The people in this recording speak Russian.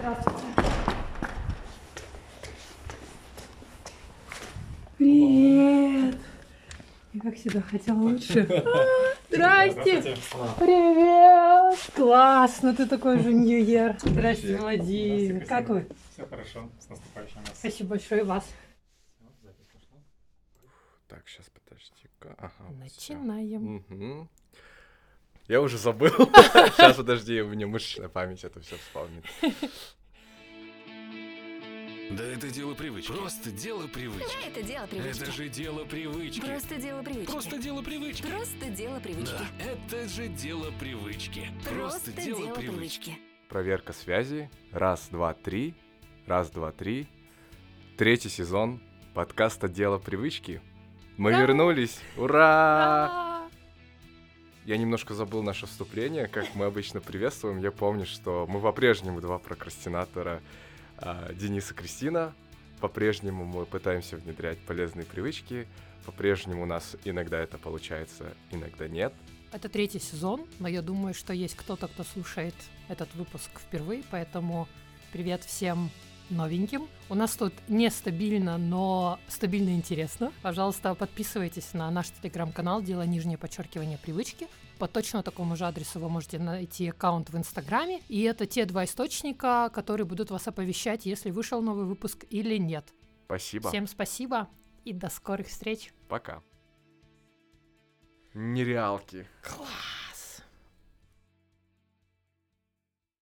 Здравствуйте. Привет! Я как всегда хотела лучше. Здрасте! Привет! Классно, ты такой же New Year. Здрасте, Владимир. Как вы? Все хорошо, с наступающим вас. Спасибо большое, вас. Так, сейчас подожди-ка. Ага, Начинаем. Угу. Я уже забыл. Сейчас, подожди, у меня мышечная память это все вспомнит. Да это дело привычки. Просто дело привычки. Да, это дело привычки. Это же дело привычки. Просто дело привычки. Просто дело привычки. Просто дело привычки. Да, это же дело привычки. Просто дело привычки. Проверка связи. Раз, два, три. Раз, два, три. 3-й сезон подкаста «Дело привычки». Мы вернулись. Ура! Я немножко забыл наше вступление, как мы обычно приветствуем. Я помню, что мы по-прежнему два прокрастинатора, Денис и Кристина. По-прежнему мы пытаемся внедрять полезные привычки. По-прежнему у нас иногда это получается, иногда нет. Это 3-й сезон, но я думаю, что есть кто-то, кто слушает этот выпуск впервые, поэтому привет всем новеньким. У нас тут нестабильно, но стабильно интересно. Пожалуйста, подписывайтесь на наш телеграм-канал _привычки. По точно такому же адресу вы можете найти аккаунт в Инстаграме. И это те 2 источника, которые будут вас оповещать, если вышел новый выпуск или нет. Спасибо. Всем спасибо и до скорых встреч. Пока. Нереалки. Класс!